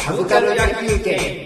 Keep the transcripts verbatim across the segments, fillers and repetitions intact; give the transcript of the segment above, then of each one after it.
サブカル野球券。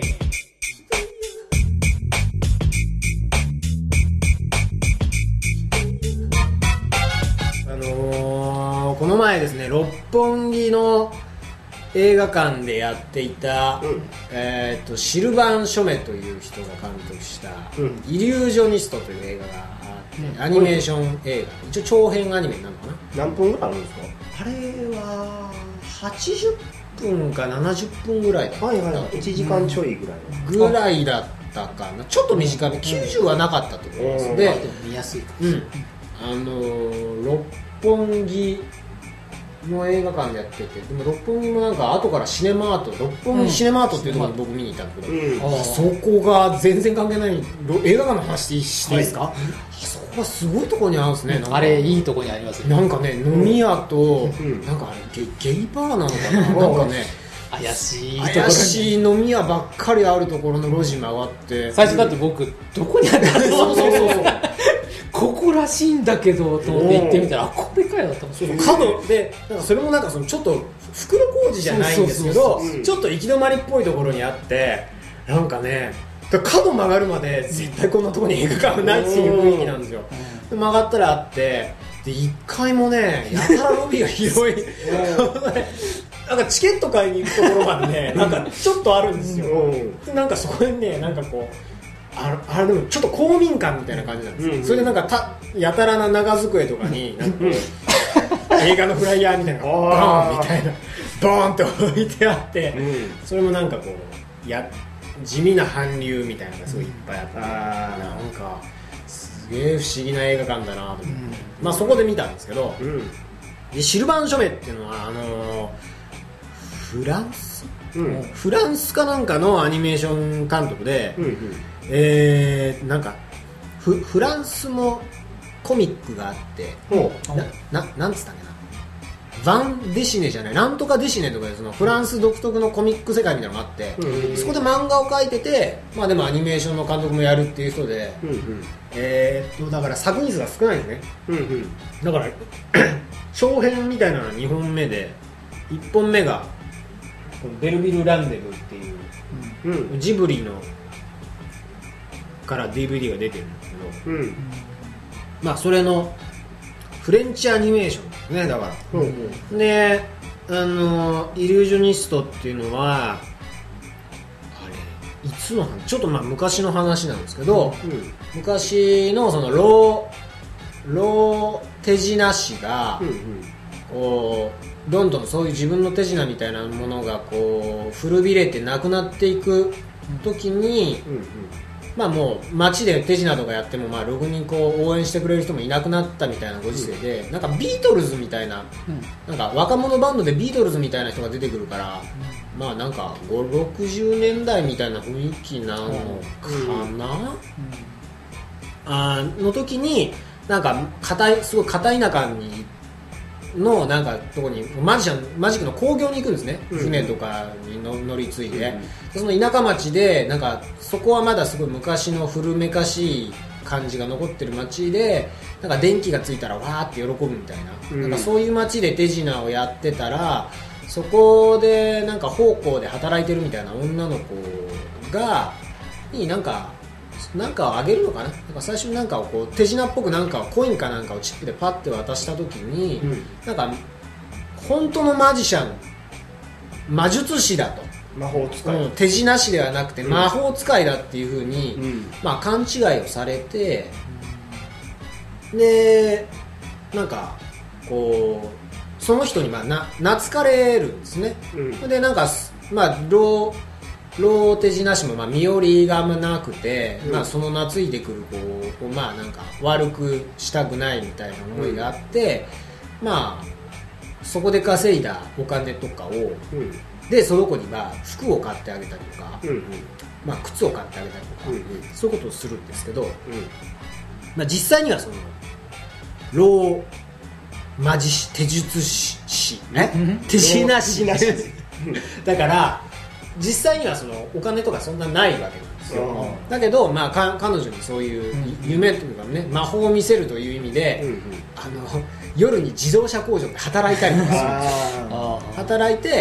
あのー、この前ですね、六本木の映画館でやっていた、うんえー、とシルバン・ショメという人が監督した、うん、イリュージョニストという映画があって、うん、アニメーション映画、一応長編アニメなのかな。 何分ぐらいあるんですか？ あれははちじゅっぷんかななじゅっぷんぐらいだった、 はいはいはい、いちじかんちょいぐらい、 うん、ぐらいだったかな。ちょっと短め、うん、きゅうじゅうはなかったと思います、うん、で見やすいかも、うん、あのー、六本木の映画館でやってて、でも六本木もなんか後からシネマート、六本木シネマートっていうところに僕見に行ったんだけど、うん、あそこが全然関係ない映画館の話していいですか、はい、あそこがすごいところにあるんですね。 なんかあれいいところにありますよね。 なんかね、飲み屋と、うん、なんかあれ ゲ, ゲイバーなのかななんかね怪しいところ怪しい飲み屋ばっかりあるところの路地曲がって、 最初だって僕どこにあったのそうそうそうそうここらしいんだけどと思って行ってみたら、あこれかよと思って、 角でなんかそれもなんかそのちょっと袋小路じゃないんですけど、ちょっと行き止まりっぽいところにあって、なんかね角曲がるまで絶対こんなところに映画館ないっていう雰囲気なんですよ。で曲がったらあって、でいっかいもねやたらロビーが広いなんかチケット買いに行くところまでねなんかちょっとあるんですよ。でなんかそこにねなんかこうああれでもちょっと公民館みたいな感じなんですよ、うんうん、それでなんかたやたらな長机とかになんかこう映画のフライヤーみたいなバーンみたいなボーンって置いてあって、うん、それもなんかこうや地味な韓流みたいなのがすごいいっぱいあって、うん、なんかすげえ不思議な映画館だなと思って、うん、まあそこで見たんですけど、うん、でシルバン・ショメっていうのはあのー、フランス、うん、フランスかなんかのアニメーション監督で、うんうんえー、なんか フ, フランスもコミックがあって、な, な, なんつったっけなヴァン・デシネじゃないなんとかデシネとかでそのフランス独特のコミック世界みたいなのがあって、うんうん、そこで漫画を描いてて、まあ、でもアニメーションの監督もやるっていう人で、うんうん、えー、っとだから作品数が少ないんですね、うんうん、だから長編みたいなのはにほんめでいっぽんめがベルヴィル・ランデブっていう、うん、ジブリのから ディーブイディー が出てるんですけど、うん、まあそれのフレンチアニメーションですね。だから、うんうん、であのイリュージョニストっていうのはあれいつの話ちょっとまあ昔の話なんですけど、うん、昔のそのローロー手品師が、うんうん、こうどんどんそういう自分の手品みたいなものがこう古びれてなくなっていく時に、うんうんまあ、もう街で手品とかやってもまあろくにこう応援してくれる人もいなくなったみたいなご時世で、うん、なんかビートルズみたいな、うん、なんか若者バンドでビートルズみたいな人が出てくるから、うん、まあなんかごじゅう、ろくじゅうねんだいみたいな雰囲気なのかな、うん、あの時になんか片いすごい片田舎にのなんかとこにマジシャンマジックの興行に行くんですね、うん、船とかにの乗り継いで、うん、でその田舎町でなんかそこはまだすごい昔の古めかしい感じが残ってる町でなんか電気がついたらわーって喜ぶみたいな、うん、なんかそういう町で手品をやってたらそこでなんか奉公で働いてるみたいな女の子がになんかなんかをあげるのかな、なんか最初になんかをこう手品っぽくなんかをコインかなんかをチップでパッて渡した時に、うん、なんか本当のマジシャン魔術師だと魔法使い、 うん、手品師ではなくて魔法使いだっていう風に、うんまあ、勘違いをされて、うん、でなんかこうその人にまあな懐かれるんですね、うん、でなんかまあ老ロー手品師もまあ身寄りがなくて、うんまあ、その懐いてくる子をまあなんか悪くしたくないみたいな思いがあって、うん、まあそこで稼いだお金とかを、うん、でその子には服を買ってあげたりとか、うんうんまあ、靴を買ってあげたりとか、うんうん、そういうことをするんですけど、うんまあ、実際にはそのローマジ師手術師、ね、手品師だから実際にはそのお金とかそんなないわけなんですよ、うん、だけど、まあ、か彼女にそういう夢というか、ね、魔法を見せるという意味で、うんうん、あの夜に自動車工場で働いたりとかするんですよ働いて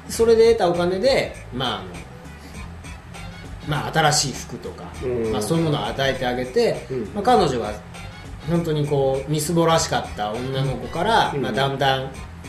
それで得たお金で、まああのまあ、新しい服とか、 うんまあ、そういうものを与えてあげて、 うんまあ、彼女は本当にこうみすぼらしかった女の子から、 うんまあ、だんだん、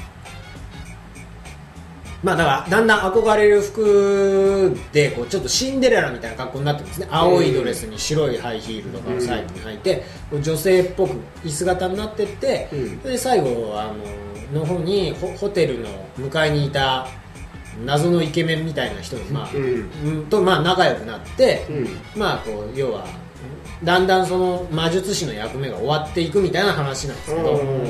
まあ、だからだんだん憧れる服でこうちょっとシンデレラみたいな格好になってるんですね。青いドレスに白いハイヒールとかを最後に履いて、こう女性っぽくい姿になってって、 うんそれで最後あのの方にホホテルの向かいにいた謎のイケメンみたいな人に、まあうんうんとまあ、仲良くなって、 うんまあ、こう要はだんだんその魔術師の役目が終わっていくみたいな話なんですけど、 うんうん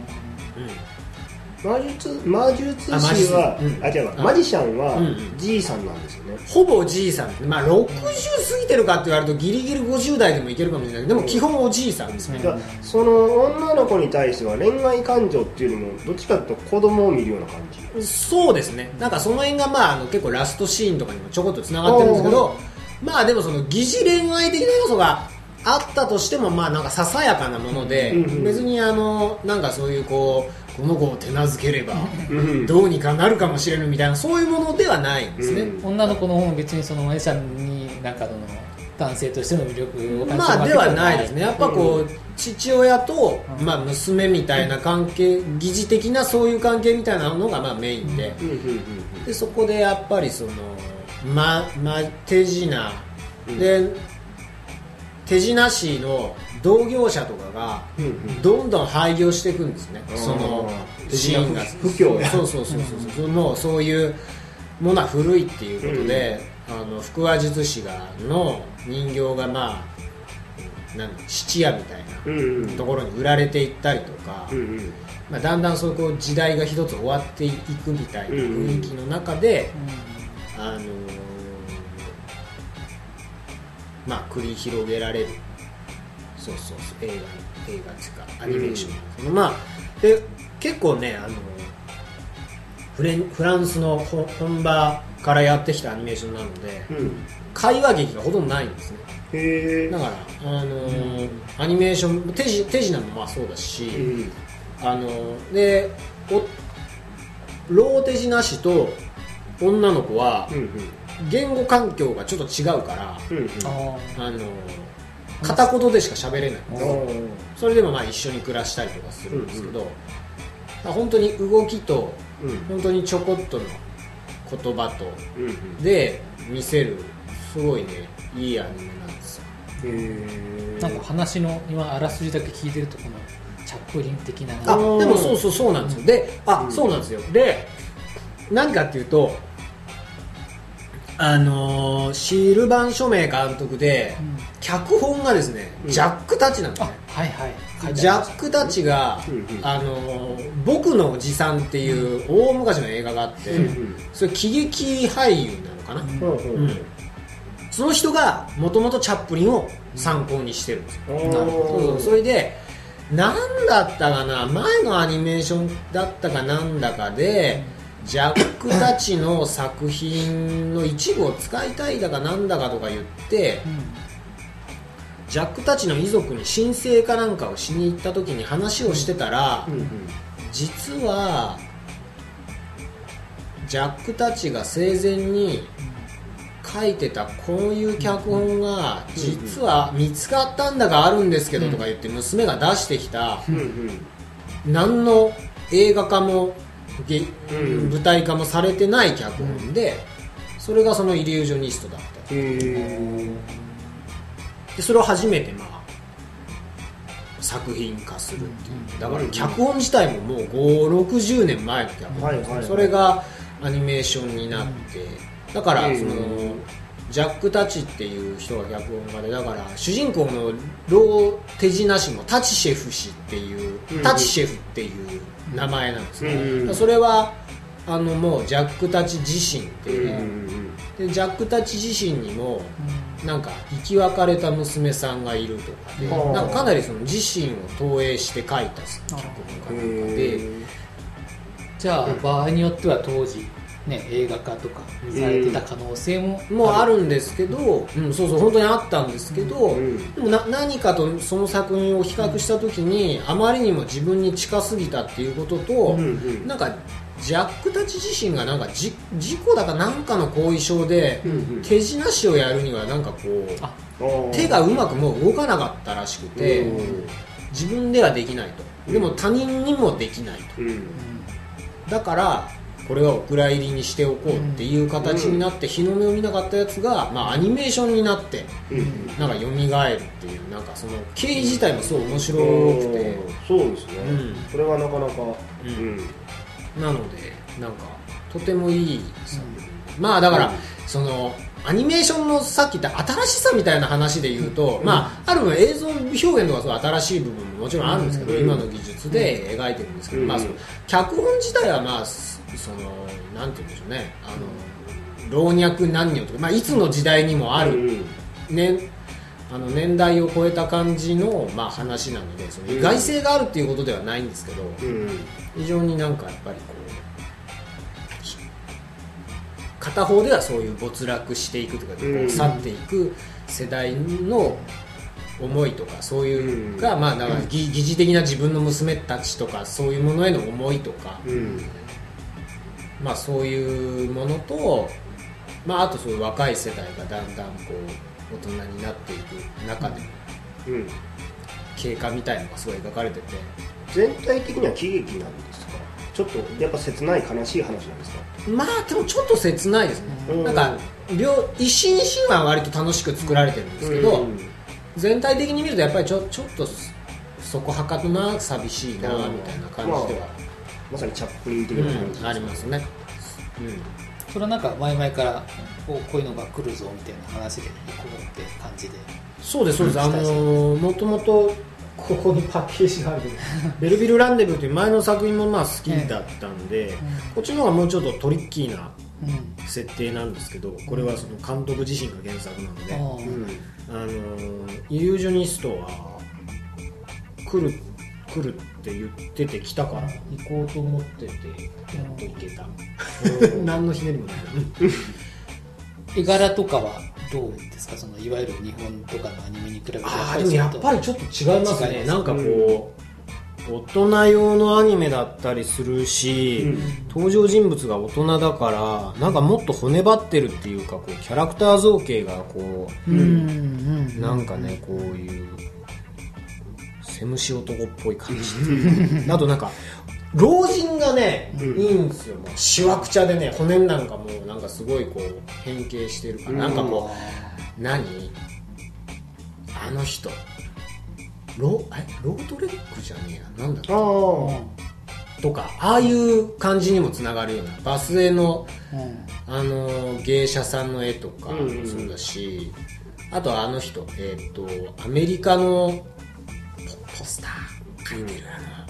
魔術魔術あマジ師はうんあ違うあマジシャンはうんうんじいさんなんですよね。 ほぼおじいさん、まあ、ろくじゅう過ぎてるかって言われるとギリギリごじゅう代でもいけるかもしれないけど、でも基本おじいさんですね、 だからその女の子に対しては恋愛感情っていうよりもどっちかというと子供を見るような感じ。 そうですね。なんかその辺が、まあ、あの結構ラストシーンとかにもちょこっとつながってるんですけど、まあでもその疑似恋愛的な要素があったとしても、まあなんかささやかなもので、 うんうん別にあのなんかそういうこうこの子を手なずければうんどうにかなるかもしれぬみたいなそういうものではないんですね、 うん女の子の方も別にそのお姉ちゃんになんかその男性としての魅力を感じまあではないですね。やっぱこう、父親と、 うんまあ、娘みたいな関係、疑似的なそういう関係みたいなのがまあメインで、 うんうんうんでそこでやっぱりそのま、ま、手品で、手品師の同業者とかがうんうんどんどん廃業していくんですね、その手シーンが不況や。 そうそうそうそうそう、もうそういうものは古いっていうことで、あの腹話術師がの人形がまあなん質屋みたいうんうんなところに売られていったりとか、 うんうんまあ、だんだんそういうこう時代が一つ終わっていくみたいな雰囲気の中で、あのーまあ、繰り広げられるそうそうそう映画映画っていうかアニメーション、そのまあ、で結構ね、あのフレンフランスの本本場からやってきたアニメーションなので、 うん会話劇がほとんどないんですね。 へえだから、あのーアニメーション手品手品もまあそうだし、 うんあのでおロー手品師と女の子はうんうん言語環境がちょっと違うから、 うんうんああの片言でしか喋れないんですよ。 おそれでもまあ一緒に暮らしたりとかするんですけど、だから本当に動きとうん本当にちょこっとの言葉とうんうんで見せるすごいねいいアニメなんですよ。 へえなんか話の今あらすじだけ聞いてるとこのチャップリン的なあでもそうそうそうなんですよ。であ、 うんそうなんですよ。で何かっていうと、あのーシルバン署名監督で、 うん脚本がですね、 うんジャック・タッチなんですあね。 はいはい書いてジャありましたック・タッチが、 うんうんあのー僕のおじさんっていう大昔の映画があって、 うんうんそれ喜劇俳優なのかな、 うんほうほううんその人がもともとチャップリンを参考にしてるんですよ。 おーなるほそうそうそれで何だったかな、前のアニメーションだったかなんだかで、ジャックたちの作品の一部を使いたいだかなんだかとか言って、ジャックたちの遺族に申請かなんかをしに行った時に話をしてたら、 うんうん実はジャックたちが生前に書いてたこういう脚本が実は見つかったんだかあるんですけどとか言って娘が出してきたうんうん何の映画化もげうん舞台化もされてない脚本で、それがそのイリュージョニストだった。 へえでそれを初めてまあ作品化するっていう、だから脚本自体ももうごじゅうろくじゅうねんまえの脚本、 はいはいはいそれがアニメーションになって、だからその、 うんジャック・タチっていう人が脚本家で、だから主人公のロー・テジナ氏もタチシェフ氏っていう、 うんタチシェフっていう名前なんですね、 うんだからそれはあのもうジャック・タチ自身ってうんういう、 んでジャック・タチ自身にもなんか生き別れた娘さんがいるとかで、 うんなんかかなりその自身を投影して書いた脚本家なんかで、 へじゃあ場合によっては当時ね映画化とかされてた可能性ももうあるんですけど、うん、そうそう本当にあったんですけど、 うんでもな何かとその作品を比較した時にあまりにも自分に近すぎたっていうことと、 うんうんなんかジャックたち自身がなんかじ事故だかなんかの後遺症で、 うんうん、 手品師をやるにはなんかこう手がうまくもう動かなかったらしくて、自分ではできないと、でも他人にもできないと、うん、だからこれはお蔵入りにしておこうっていう形になって、日の目を見なかったやつが、まあ、アニメーションになって、うん、なんか蘇るっていう、なんかその経緯自体もすごい面白くて、 そうですね、うん、これはなかなか、 うんうん、なのでなんかとてもいい作品、うん、まあだから、うん、そのアニメーションのさっき言った新しさみたいな話で言うと、うん、まあある分映像表現とかそう新しい部分ももちろんあるんですけど、うん、今の技術で描いてるんですけど、うん、まあその脚本自体はまあそのなんて言うんでしょうね、あの老若男女とか、まあ、いつの時代にもある、うんね、あの年代を超えた感じの、まあ、話なので、その意外性があるっていうことではないんですけど、うん、非常になんかやっぱりこう片方ではそういう没落していくとか、こう去っていく世代の思いとかそういうが、まあ、だから疑似的な自分の娘たちとかそういうものへの思いとか、うん、まあ、そういうものと、まあ、あとそういう若い世代がだんだんこう大人になっていく中での、うん、経過みたいのがすごい描かれてて、 全体的には喜劇なんですか？ちょっとやっぱ切ない悲しい話なんですか？ まあでもちょっと切ないですね、うん、なんか一心一心は割と楽しく作られてるんですけど、うん、全体的に見るとやっぱりちょ、ちょっとそこはかとな寂しいなみたいな感じでは、まあ、 まさにチャップリン的な感じです、 うん、ありますね、 うん、それはなんか前々からこう、こういうのが来るぞみたいな話でこうって感じで。 そうですそうです、あのー、もともとここにパッケージがあるけどベルヴィル・ランデブーという前の作品もまあ好きだったんで、ええ、こっちの方がもうちょっとトリッキーな設定なんですけど、これはその監督自身が原作なので、うん、あのー、イリュージョニストは来る来るって言ってて来たから行こうと思っててやっと行けた何のひねりもない絵柄とかはどうですか？そのいわゆる日本とかのアニメに比べてあでもやっぱりちょっと違いますね。なんかこう、うん、大人用のアニメだったりするし、うん、登場人物が大人だからなんかもっと骨張ってるっていうか、こうキャラクター造形がこう、うん、なんかねこういうセムシ男っぽい感じあとなんか老人がね、うん、いいんですよ。もうしわくちゃでね、骨なんかもうなんかすごいこう変形してるから、うん、なんかこう何あの人ロえロードレックじゃねえな、なんだろうとか、ああいう感じにもつながるようなバス絵の、うん、あの芸者さんの絵とかもそうだし、うんうん、あとはあの人えっ、ー、とアメリカのポスター描いてるあの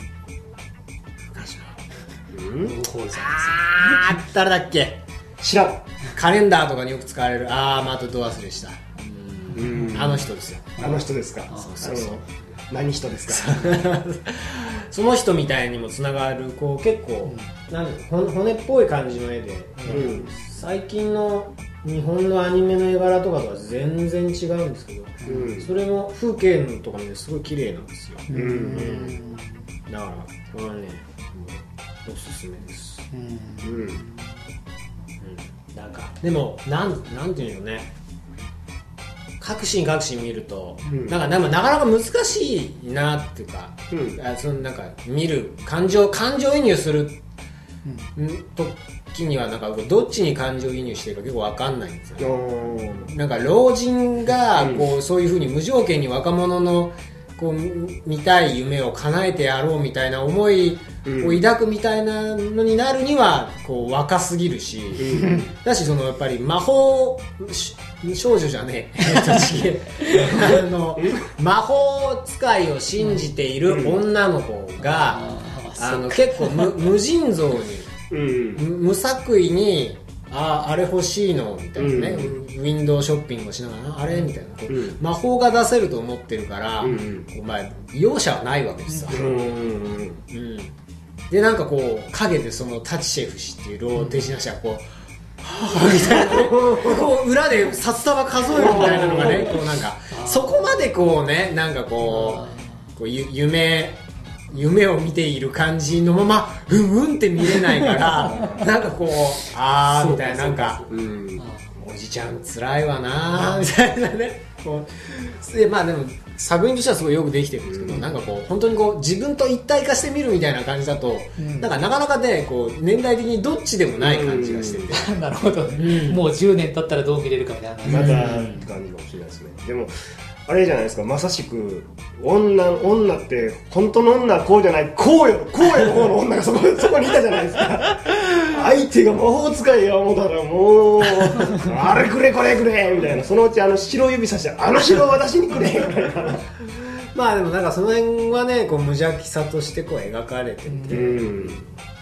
うん、あー誰だっけ知らん。 カレンダーとかによく使われる、あーまたど忘れした、うん、あの人ですよ。 あの人ですか。 そうそうそう、 何人ですかその人みたいにもつながるこう結構、うん、なん骨っぽい感じの絵で、うん、最近の日本のアニメの絵柄とかとは全然違うんですけど、うん、それも風景のとかもねすごい綺麗なんですよ、うんうん、だからこれはねおすすめです、うんうんうん、なんかでもなんなんていうのね、各シーン各シーン見ると、うん、なんかなかなか難しいなっていうか、うん、あそのなんか見る感情感情移入する、うん、時にはなんかどっちに感情移入してるか結構わかんないんですよ、ね、なんか老人がこう、うん、そういう風に無条件に若者のこう見たい夢を叶えてやろうみたいな思いを抱くみたいなのになるにはこう若すぎるし、うん、だしそのやっぱり魔法少女じゃねえあの魔法使いを信じている女の子が、うん、あの結構 無, 無尽蔵に、うん、無作為にああれ欲しいのみたいなね、うん、ウィンドウショッピングをしながらあれみたいなこう、うん、魔法が出せると思ってるから、うん、お前容赦はないわけですよ、うんうん、でなんかこう影でそのタチシェフ氏っていう老手品師がこう、うん、はぁみたいなねこう裏で札束数えるみたいなのがねこうなんかそこまでこうねなんかこう、こう夢夢を見ている感じのままうんうんって見れないからなんかこうあーみたいななんかうんおじちゃん辛いわなーみたいなねこうでまあでも作品としてはすごいよくできてるんですけど、うん、なんかこう本当にこう自分と一体化してみるみたいな感じだと、うん、なんかなかなかねこう年代的にどっちでもない感じがしてて、 うん、なるほど、ねうん、もうじゅうねん経ったらどう見れるかみたいなまたって感じかもしれないですね。でもあれじゃないですか、まさしく女女って本当の女はこうじゃない、こうよこうよの方の女がそこそこにいたじゃないですか相手が魔法使いや思ったらもうあれくれこれくれみたいな、そのうちあの白指さしてあの白を私にくれみたいなまあでもなんかその辺はねこう無邪気さとしてこう描かれてて、うん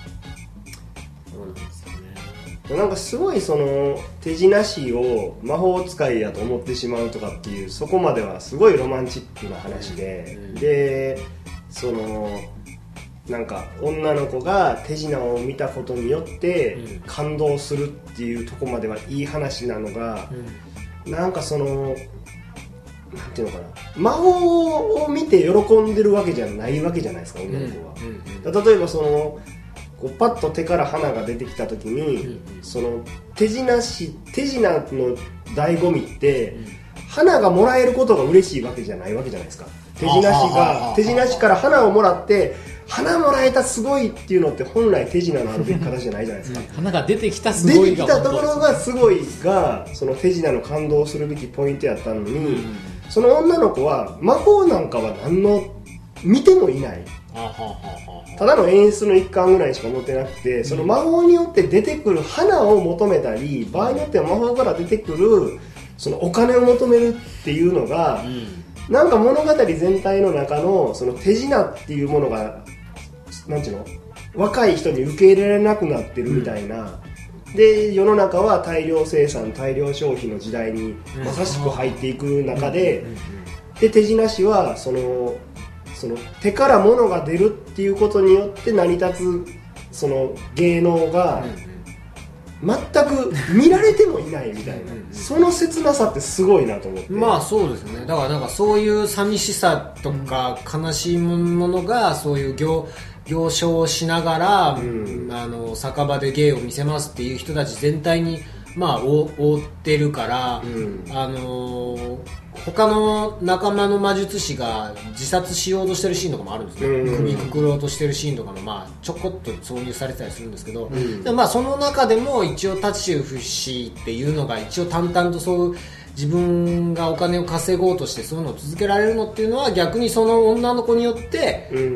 なんかすごいその手品師を魔法使いやと思ってしまうとかっていうそこまではすごいロマンチックな話で、うん、でそのなんか女の子が手品を見たことによって感動するっていうとこまではいい話なのが、うん、なんかそのなんていうのかな、魔法を見て喜んでるわけじゃないわけじゃないですか女の子は、うんうん、例えばそのこうパッと手から花が出てきた時に、うん、その手品師手品の醍醐味って、うん、花がもらえることが嬉しいわけじゃないわけじゃないですか。手品師が手品師から花をもらって花もらえたすごいっていうのって本来手品のあるべき形じゃないじゃないですか、うん、 花が出てきたすごいが出てきたところがすごいがその手品の感動するべきポイントやったのに、うん、その女の子は魔法なんかは何の見てもいない、ただの演出の一環ぐらいしか持ってなくて、その魔法によって出てくる花を求めたり、場合によっては魔法から出てくるそのお金を求めるっていうのが、うん、なんか物語全体の中のその手品っていうものがなんていうの若い人に受け入れられなくなってるみたいな、うん、で世の中は大量生産大量消費の時代にまさしく入っていく中で、で手品師はそのその手から物が出るっていうことによって成り立つその芸能が全く見られてもいないみたいなその切なさってすごいなと思って。 まあそうですね。だからなんかそういう寂しさとか悲しいものがそういう行行商しながら、うん、あの酒場で芸を見せますっていう人たち全体にまあ覆ってるから、うん、あのー他の仲間の魔術師が自殺しようとしてるシーンとかもあるんですね、うん、首くくろうとしてるシーンとかもまあちょこっと挿入されてたりするんですけど、うん、でまあその中でも一応タチュフ氏っていうのが一応淡々とそう自分がお金を稼ごうとしてそういうのを続けられるのっていうのは逆にその女の子によって、うん、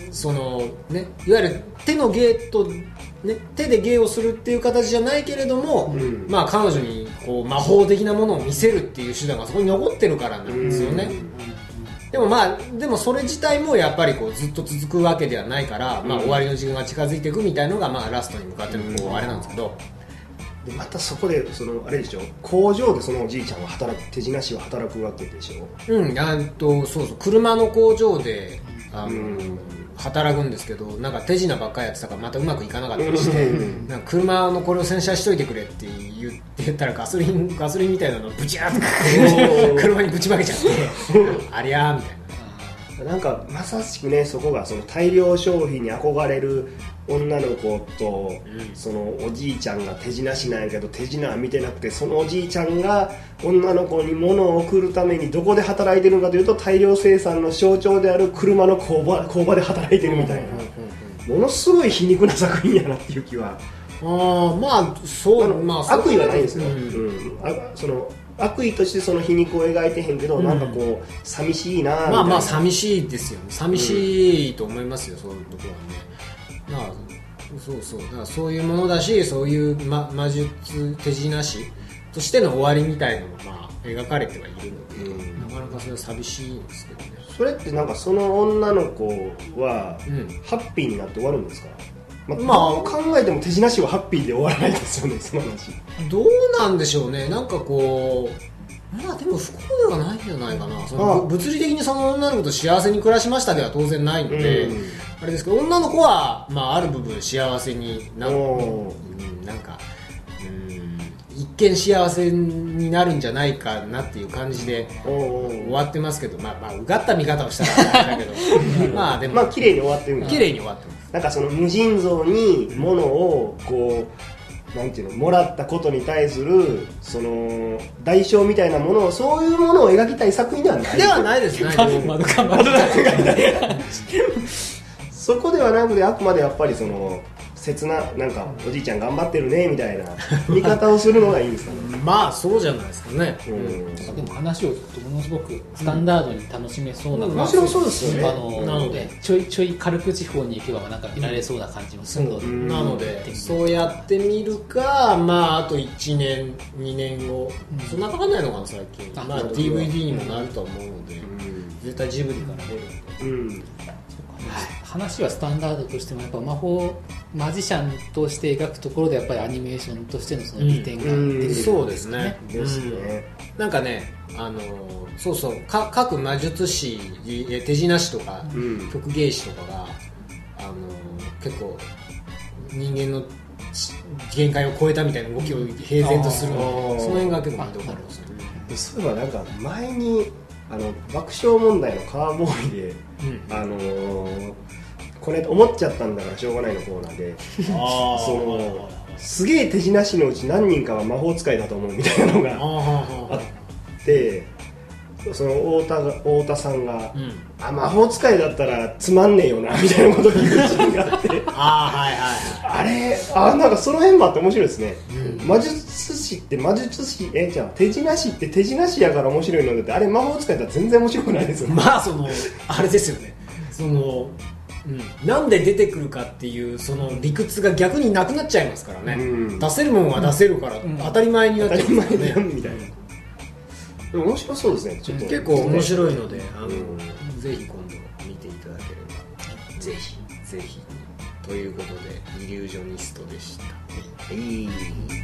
そのねいわゆる手の芸とね、手で芸をするっていう形じゃないけれども、うん、まあ彼女にこう魔法的なものを見せるっていう手段がそこに残ってるからなんですよね、うん、でもまあでもそれ自体もやっぱりこうずっと続くわけではないから、うん、まあ終わりの時間が近づいていくみたいなのがまあラストに向かってのこうあれなんですけど、 でまたそこでそのあれでしょ工場でそのおじいちゃんは働く手品師は働くわけでしょ。 うん、あとそうそう車の工場であの、うん働くんですけどなんか手品ばっかりやってたからまたうまくいかなかったりしてなんか車のこれを洗車しといてくれって言って言ったらガソリンガソリンみたいなのブチャーって車にぶちまけちゃってありゃーみたいな。なんかまさしくねそこがその大量消費に憧れる女の子と、うん、そのおじいちゃんが手品師なんやけど手品は見てなくてそのおじいちゃんが女の子に物を送るためにどこで働いてるのかというと大量生産の象徴である車の工場、工場で働いてるみたいな、うんうんうんうん、ものすごい皮肉な作品やなっていう気は。 あまあそう、まあ、 悪意はないんですよ、うんうん、あその悪意としてその皮肉を描いてへんけど、うん、なんかこう寂しいなみたいな。 まあまあ寂しいですよね。寂しいと思いますよ、うん、そういうところはね。まあそうそうだからそういうものだしそういう、ま、魔術手品師としての終わりみたいなのもまあ描かれてはいるので、うん、なかなかそれは寂しいんですけどね。 それってなんかその女の子は、うん、ハッピーになって終わるんですか。まあ、まあ、考えても手品師はハッピーで終わらないですよねその話。 どうなんでしょうね。なんかこうまあでも不幸ではないんじゃないかな。その物理的にその女の子と幸せに暮らしましたでは当然ないので、うん、あれですけど女の子は、まあ、ある部分幸せになる、うん、なんかうん一見幸せになるんじゃないかなっていう感じで終わってますけど、まあ、まあうがった見方をしたらあれだけどまあでもまあ綺麗に終わってるんだ。 綺麗に終わってます。 なんかその無尽蔵に物をこうなんていうのもらったことに対するその代償みたいなものをそういうものを描きたい作品ではないではないですね。 窓か窓かそこではなくてあくまでやっぱりその切ななんかおじいちゃん頑張ってるねみたいな見方をするのがいいんですかね。 まあそうじゃないですかね。 うん、 でも話を聞くとものすごくスタンダードに楽しめそうな、 うん、面白そうですよね。 あのなのでちょいちょい軽く地方に行けばなんか見られそうな感じもするので、 うん、なのでそうやってみるか、まああといちねんにねんご、うん、そんなかかんないのかな最近。まあ ディーブイディー にもなると思うので、うん、絶対ジブリから出るんで。うん話はスタンダードとしてもやっぱ魔法マジシャンとして描くところでやっぱりアニメーションとしてのその利点が出てくるんですね。 そうですね。 ですね。 なんかね、あのそうそうか各魔術師手品師とか、うん、曲芸師とかがあの結構人間の限界を超えたみたいな動きを平然とするので、その辺が結構見どころですね。 そういえばなんか前にあの爆笑問題のカーボーイで、うん、あのー、これ思っちゃったんだからしょうがないのコーナーであそのすげえ手品師のうち何人かは魔法使いだと思うみたいなのがあってその太田が太田さんが、うん、あ魔法使いだったらつまんねえよなみたいなことを言うシーンがあってあ、はいはい、 あれあなんかその辺もあって面白いですね、うん、魔術師って魔術師えじゃあ手品師って手品師やから面白いのでってあれ魔法使いだったら全然面白くないですよね。 まあそのあれですよねそのうん、なんで出てくるかっていうその理屈が逆になくなっちゃいますからね、うん、出せるもんは出せるから、うん、当たり前になっちゃう、ね、 当たり前みたいな。でも面白そうですね。ちょっと結構面白いのであの、うん、ぜひ今度見ていただければぜひぜひということでイリュージョニストでした。 はい